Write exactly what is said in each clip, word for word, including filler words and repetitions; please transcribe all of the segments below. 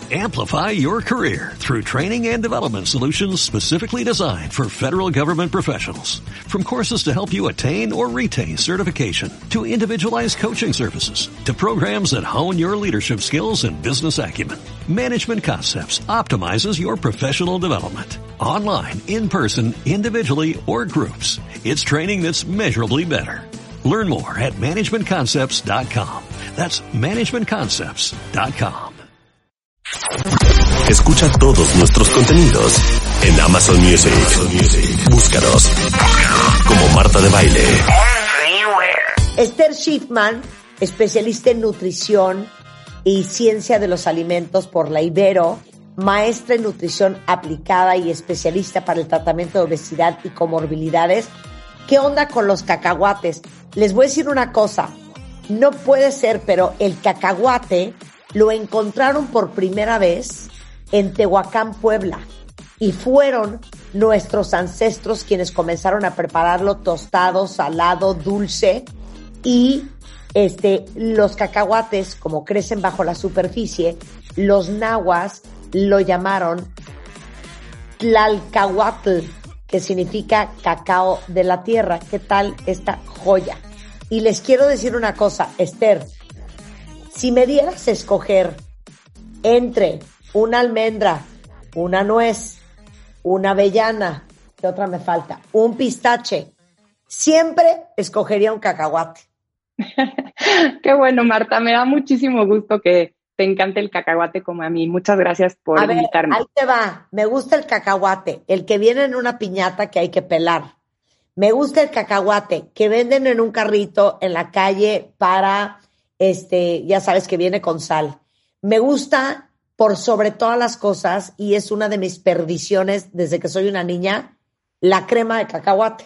Amplify your career through training and development solutions specifically designed for federal government professionals. From courses to help you attain or retain certification, to individualized coaching services, to programs that hone your leadership skills and business acumen, Management Concepts optimizes your professional development. Online, in person, individually, or groups, it's training that's measurably better. Learn more at management concepts dot com. That's management concepts dot com. Escucha todos nuestros contenidos en Amazon Music. Búscanos como Marta de Baile. Esther Schiffman, especialista en nutrición y ciencia de los alimentos por la Ibero, maestra en nutrición aplicada y especialista para el tratamiento de obesidad y comorbilidades. ¿Qué onda con los cacahuates? Les voy a decir una cosa, no puede ser, pero el cacahuate lo encontraron por primera vez en Tehuacán, Puebla, y fueron nuestros ancestros quienes comenzaron a prepararlo tostado, salado, dulce, y este, los cacahuates, como crecen bajo la superficie, los nahuas lo llamaron Tlalcahuatl, que significa cacao de la tierra. ¿Qué tal esta joya? Y les quiero decir una cosa, Esther, si me dieras a escoger entre una almendra, una nuez, una avellana, ¿qué otra me falta? Un pistache, siempre escogería un cacahuate. Qué bueno, Marta, me da muchísimo gusto que te encante el cacahuate como a mí. Muchas gracias por a ver, invitarme. Ahí te va, me gusta el cacahuate, el que viene en una piñata que hay que pelar. Me gusta el cacahuate que venden en un carrito en la calle para, este, ya sabes que viene con sal. Me gusta por sobre todas las cosas, y es una de mis perdiciones desde que soy una niña, la crema de cacahuate.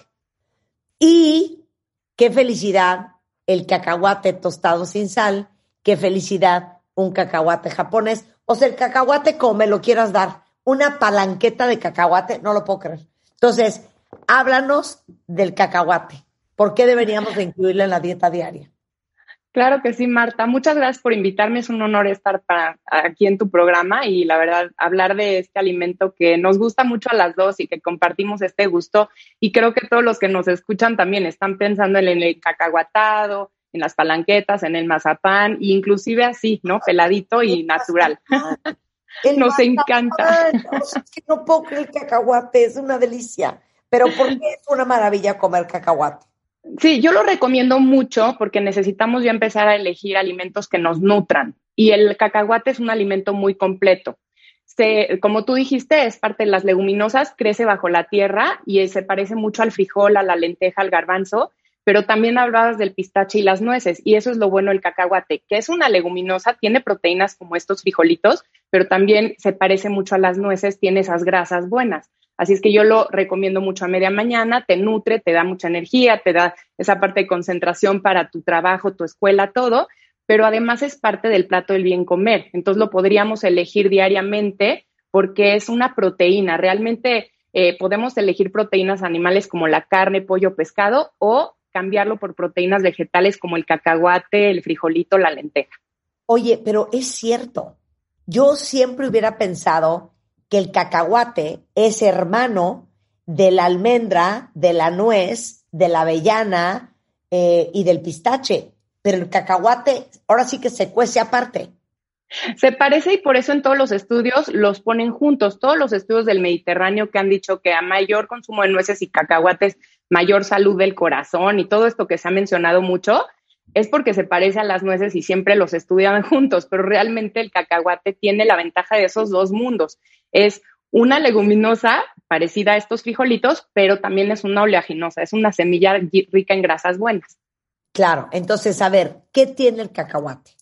Y qué felicidad el cacahuate tostado sin sal, qué felicidad un cacahuate japonés. O sea, el cacahuate como me lo quieras dar, una palanqueta de cacahuate, no lo puedo creer. Entonces, háblanos del cacahuate. ¿Por qué deberíamos de incluirlo en la dieta diaria? Claro que sí, Marta. Muchas gracias por invitarme. Es un honor estar para, aquí en tu programa y la verdad, hablar de este alimento que nos gusta mucho a las dos y que compartimos este gusto. Y creo que todos los que nos escuchan también están pensando en el cacahuatado, en las palanquetas, en el mazapán, e inclusive así, ¿no? Peladito y natural. El Nos mazapán, encanta. No, es que no puedo creer el cacahuate, es una delicia. Pero ¿por qué es una maravilla comer cacahuate? Sí, yo lo recomiendo mucho porque necesitamos ya empezar a elegir alimentos que nos nutran. Y el cacahuate es un alimento muy completo. Se, como tú dijiste, es parte de las leguminosas, crece bajo la tierra y se parece mucho al frijol, a la lenteja, al garbanzo, pero también hablabas del pistache y las nueces, y eso es lo bueno del cacahuate, que es una leguminosa, tiene proteínas como estos frijolitos, pero también se parece mucho a las nueces, tiene esas grasas buenas. Así es que yo lo recomiendo mucho a media mañana, te nutre, te da mucha energía, te da esa parte de concentración para tu trabajo, tu escuela, todo, pero además es parte del plato del bien comer. Entonces lo podríamos elegir diariamente porque es una proteína. Realmente eh, podemos elegir proteínas animales como la carne, pollo, pescado, o cambiarlo por proteínas vegetales como el cacahuate, el frijolito, la lenteja. Oye, pero es cierto. Yo siempre hubiera pensado que el cacahuate es hermano de la almendra, de la nuez, de la avellana eh, y del pistache. Pero el cacahuate ahora sí que se cuece aparte. Se parece y por eso en todos los estudios los ponen juntos. Todos los estudios del Mediterráneo que han dicho que a mayor consumo de nueces y cacahuates, mayor salud del corazón y todo esto que se ha mencionado mucho, es porque se parece a las nueces y siempre los estudian juntos, pero realmente el cacahuate tiene la ventaja de esos dos mundos. Es una leguminosa parecida a estos frijolitos, pero también es una oleaginosa, es una semilla rica en grasas buenas. Claro, entonces, a ver, ¿qué tiene el cacahuate?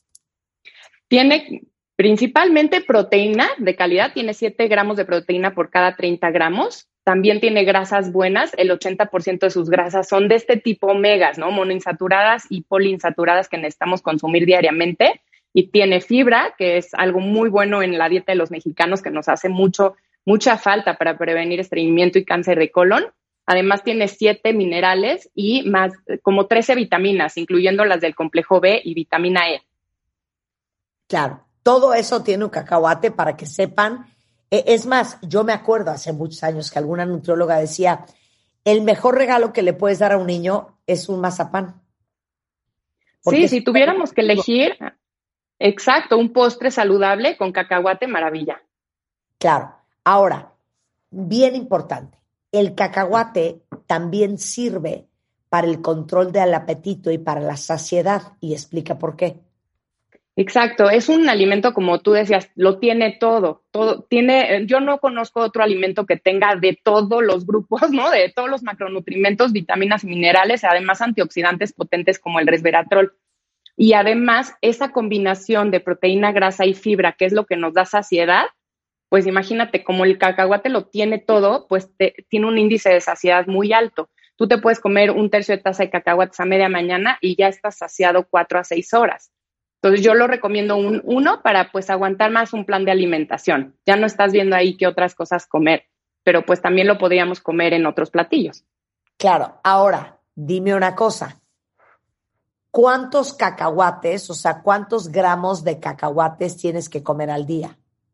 Tiene principalmente proteína de calidad, tiene siete gramos de proteína por cada treinta gramos. También tiene grasas buenas, el ochenta por ciento de sus grasas son de este tipo omegas, ¿no? Monoinsaturadas y poliinsaturadas que necesitamos consumir diariamente. Y tiene fibra, que es algo muy bueno en la dieta de los mexicanos, que nos hace mucho, mucha falta para prevenir estreñimiento y cáncer de colon. Además tiene siete minerales y más como trece vitaminas, incluyendo las del complejo B y vitamina E. Claro, Todo eso tiene un cacahuate para que sepan. Eh, es más, yo me acuerdo hace muchos años que alguna nutrióloga decía, el mejor regalo que le puedes dar a un niño es un mazapán. Porque sí, si tuviéramos que elegir, exacto, un postre saludable con cacahuate, maravilla. Claro. Ahora, bien importante, el cacahuate también sirve para el control del apetito y para la saciedad, y explica por qué. Exacto, es un alimento, como tú decías, lo tiene todo, todo tiene, yo no conozco otro alimento que tenga de todos los grupos, ¿no? De todos los macronutrientes, vitaminas y minerales, además antioxidantes potentes como el resveratrol. Y además, esa combinación de proteína, grasa y fibra, que es lo que nos da saciedad, pues imagínate, como el cacahuate lo tiene todo, pues te, tiene un índice de saciedad muy alto. Tú te puedes comer un tercio de taza de cacahuates a media mañana y ya estás saciado cuatro a seis horas. Entonces yo lo recomiendo un uno para pues aguantar más un plan de alimentación. Ya no estás viendo ahí qué otras cosas comer, pero pues también lo podríamos comer en otros platillos. Claro, ahora dime una cosa. ¿Cuántos cacahuates, o sea, cuántos gramos de cacahuates tienes que comer al día?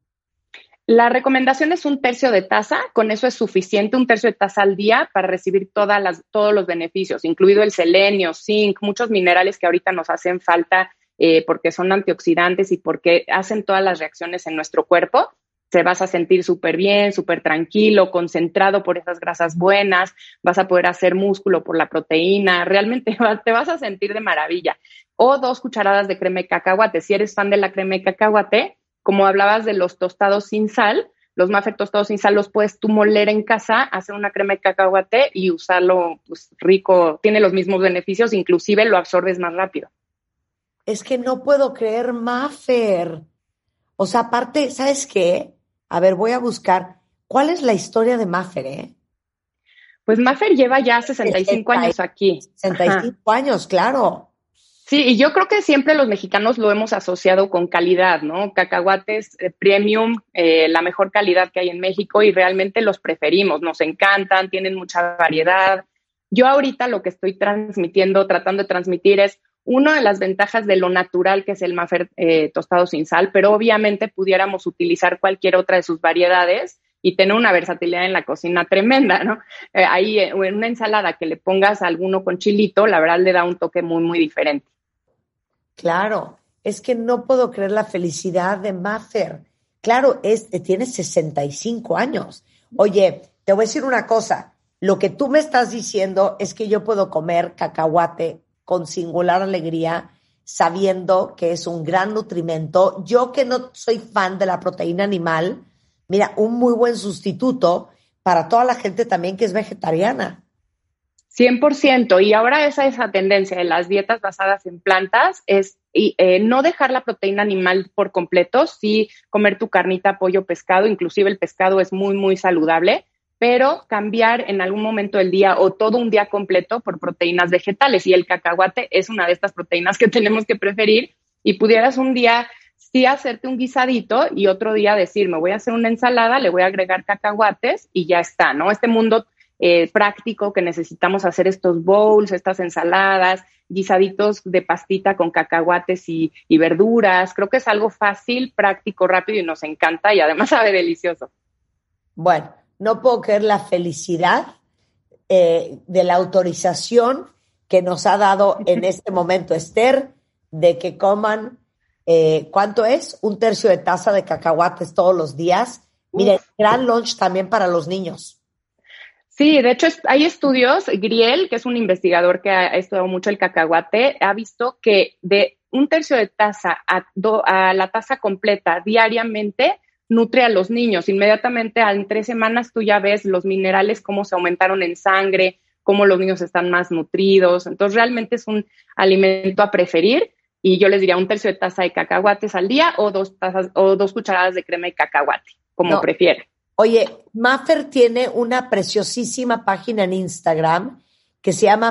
La recomendación es un tercio de taza, con eso es suficiente, un tercio de taza al día para recibir todas las, todos los beneficios, incluido el selenio, zinc, muchos minerales que ahorita nos hacen falta eh, porque son antioxidantes y porque hacen todas las reacciones en nuestro cuerpo. Te vas a sentir súper bien, súper tranquilo, concentrado por esas grasas buenas, vas a poder hacer músculo por la proteína, realmente te vas a sentir de maravilla. O dos cucharadas de crema de cacahuate, si eres fan de la crema de cacahuate, como hablabas de los tostados sin sal, los muffins tostados sin sal los puedes tú moler en casa, hacer una crema de cacahuate y usarlo pues, rico, tiene los mismos beneficios, inclusive lo absorbes más rápido. Es que no puedo creer, Mafer. O sea, aparte, ¿sabes qué? A ver, voy a buscar. ¿Cuál es la historia de Mafer, eh? Pues Mafer lleva ya sesenta y cinco años aquí. sesenta y cinco Ajá. años, claro. Sí, y yo creo que siempre los mexicanos lo hemos asociado con calidad, ¿no? Cacahuates eh, premium, eh, la mejor calidad que hay en México y realmente los preferimos, nos encantan, tienen mucha variedad. Yo ahorita lo que estoy transmitiendo, tratando de transmitir es una de las ventajas de lo natural que es el Mafer eh, tostado sin sal, pero obviamente pudiéramos utilizar cualquier otra de sus variedades y tener una versatilidad en la cocina tremenda, ¿no? Eh, ahí eh, en una ensalada que le pongas alguno con chilito, la verdad le da un toque muy, muy diferente. Claro, es que no puedo creer la felicidad de Mafer. Claro, es, tiene sesenta y cinco años. Oye, te voy a decir una cosa. Lo que tú me estás diciendo es que yo puedo comer cacahuate con singular alegría, sabiendo que es un gran nutrimento. Yo que no soy fan de la proteína animal, mira, un muy buen sustituto para toda la gente también que es vegetariana. cien por ciento. Y ahora esa esa tendencia de las dietas basadas en plantas es y, eh, no dejar la proteína animal por completo, sí comer tu carnita, pollo, pescado, inclusive el pescado es muy, muy saludable, pero cambiar en algún momento del día o todo un día completo por proteínas vegetales. Y el cacahuate es una de estas proteínas que tenemos que preferir y pudieras un día sí hacerte un guisadito y otro día decir, me voy a hacer una ensalada, le voy a agregar cacahuates y ya está, ¿no? Este mundo Eh, práctico que necesitamos hacer estos bowls, estas ensaladas, guisaditos de pastita con cacahuates y, y verduras. Creo que es algo fácil, práctico, rápido y nos encanta y además sabe delicioso. Bueno, no puedo creer la felicidad eh, de la autorización que nos ha dado en este momento Esther de que coman, eh, ¿cuánto es? Un tercio de taza de cacahuates todos los días. Miren, gran lunch también para los niños. Sí, de hecho es, hay estudios, Griel, que es un investigador que ha, ha estudiado mucho el cacahuate, ha visto que de un tercio de taza a, do, a la taza completa diariamente nutre a los niños. Inmediatamente en tres semanas tú ya ves los minerales, cómo se aumentaron en sangre, cómo los niños están más nutridos. Entonces realmente es un alimento a preferir y yo les diría un tercio de taza de cacahuates al día o dos tazas o dos cucharadas de crema de cacahuate, como no. prefieran. Oye, Mafer tiene una preciosísima página en Instagram que se llama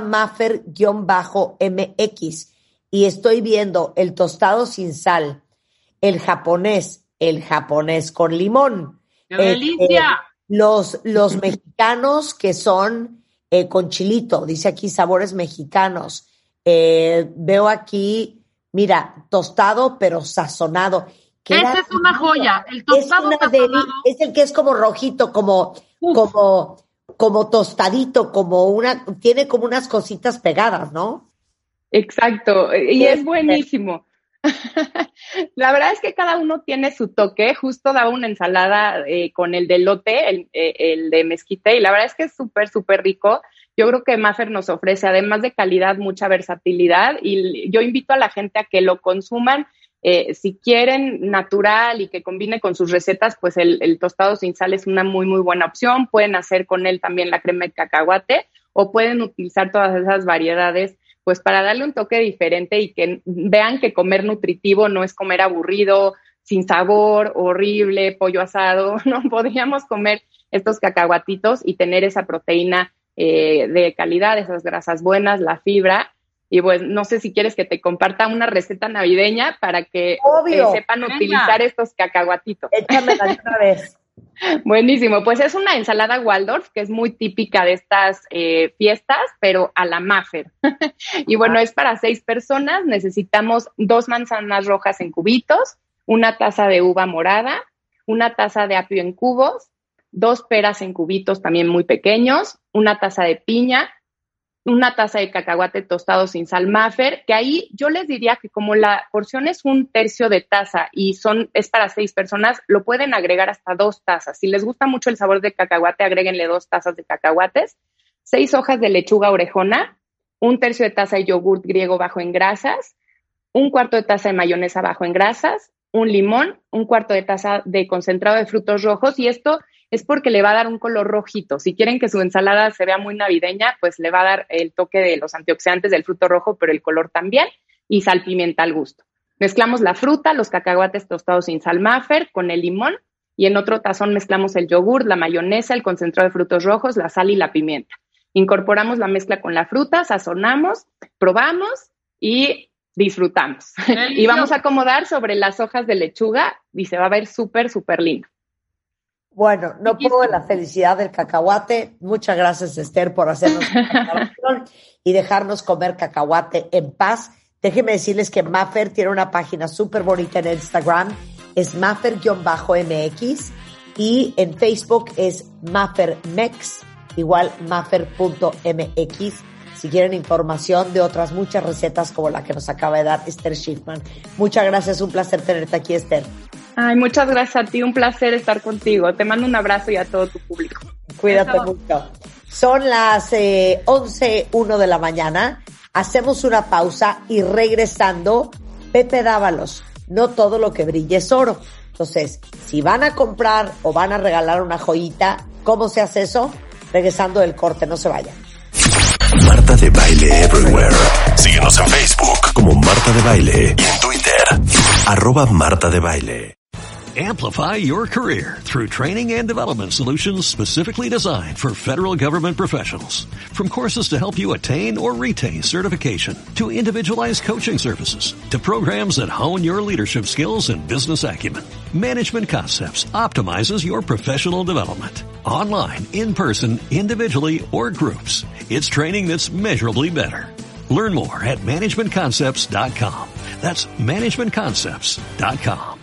Mafer-M X y estoy viendo el tostado sin sal, el japonés, el japonés con limón. ¡Qué delicia! Eh, los, los mexicanos que son eh, con chilito, dice aquí sabores mexicanos. Eh, veo aquí, mira, tostado pero sazonado. Esa es una joya. El tostado es, deli- es el que es como rojito, como, como, como tostadito, como una, tiene como unas cositas pegadas, ¿no? Exacto, y es buenísimo. La verdad es que cada uno tiene su toque. Justo daba una ensalada eh, con el de elote, el, el de mezquite, y la verdad es que es súper, súper rico. Yo creo que Maffer nos ofrece, además de calidad, mucha versatilidad, y yo invito a la gente a que lo consuman. Eh, si quieren natural y que combine con sus recetas, pues el, el tostado sin sal es una muy, muy buena opción. Pueden hacer con él también la crema de cacahuate, o pueden utilizar todas esas variedades pues para darle un toque diferente y que vean que comer nutritivo no es comer aburrido, sin sabor, horrible, pollo asado, ¿no? Podríamos comer estos cacahuatitos y tener esa proteína eh, de calidad, esas grasas buenas, la fibra. Y pues no sé si quieres que te comparta una receta navideña para que eh, sepan Venga. utilizar estos cacahuatitos. Échamela de una vez. Buenísimo, pues es una ensalada Waldorf que es muy típica de estas eh, fiestas, pero a la Maffer. Y bueno, es para seis personas. Necesitamos dos manzanas rojas en cubitos, una taza de uva morada, una taza de apio en cubos, dos peras en cubitos también muy pequeños, una taza de piña, una taza de cacahuate tostado sin sal Maffer, que ahí yo les diría que como la porción es un tercio de taza y son es para seis personas, lo pueden agregar hasta dos tazas. Si les gusta mucho el sabor del cacahuate, agréguenle dos tazas de cacahuates, seis hojas de lechuga orejona, un tercio de taza de yogurt griego bajo en grasas, un cuarto de taza de mayonesa bajo en grasas, un limón, un cuarto de taza de concentrado de frutos rojos, y esto es porque le va a dar un color rojito. Si quieren que su ensalada se vea muy navideña, pues le va a dar el toque de los antioxidantes del fruto rojo, pero el color también, y sal pimienta al gusto. Mezclamos la fruta, los cacahuates tostados sin sal Maffer con el limón, y en otro tazón mezclamos el yogur, la mayonesa, el concentrado de frutos rojos, la sal y la pimienta. Incorporamos la mezcla con la fruta, sazonamos, probamos y disfrutamos. Y vamos a acomodar sobre las hojas de lechuga y se va a ver súper, súper lindo. Bueno, no puedo de la felicidad del cacahuate. Muchas gracias, Esther, por hacernos esta aclaración y dejarnos comer cacahuate en paz. Déjenme decirles que Maffer tiene una página súper bonita en Instagram, es Maffer-M X, y en Facebook es MafferMex, igual Maffer punto M X. Si quieren información de otras muchas recetas como la que nos acaba de dar Esther Schiffman. Muchas gracias, un placer tenerte aquí, Esther. Ay, muchas gracias a ti, un placer estar contigo. Te mando un abrazo y a todo tu público. Cuídate Eso. mucho. Son las eh, once uno de la mañana. Hacemos una pausa y regresando, Pepe Dávalos. No todo lo que brilla es oro. Entonces, si van a comprar o van a regalar una joyita, ¿cómo se hace eso? Regresando del corte, no se vayan. Marta de Baile Everywhere. Síguenos en Facebook como Marta de Baile y en Twitter, arroba Marta de Baile. Amplify your career through training and development solutions specifically designed for federal government professionals. From courses to help you attain or retain certification, to individualized coaching services, to programs that hone your leadership skills and business acumen, Management Concepts optimizes your professional development. Online, in person, individually, or groups, it's training that's measurably better. Learn more at management concepts dot com. That's management concepts dot com.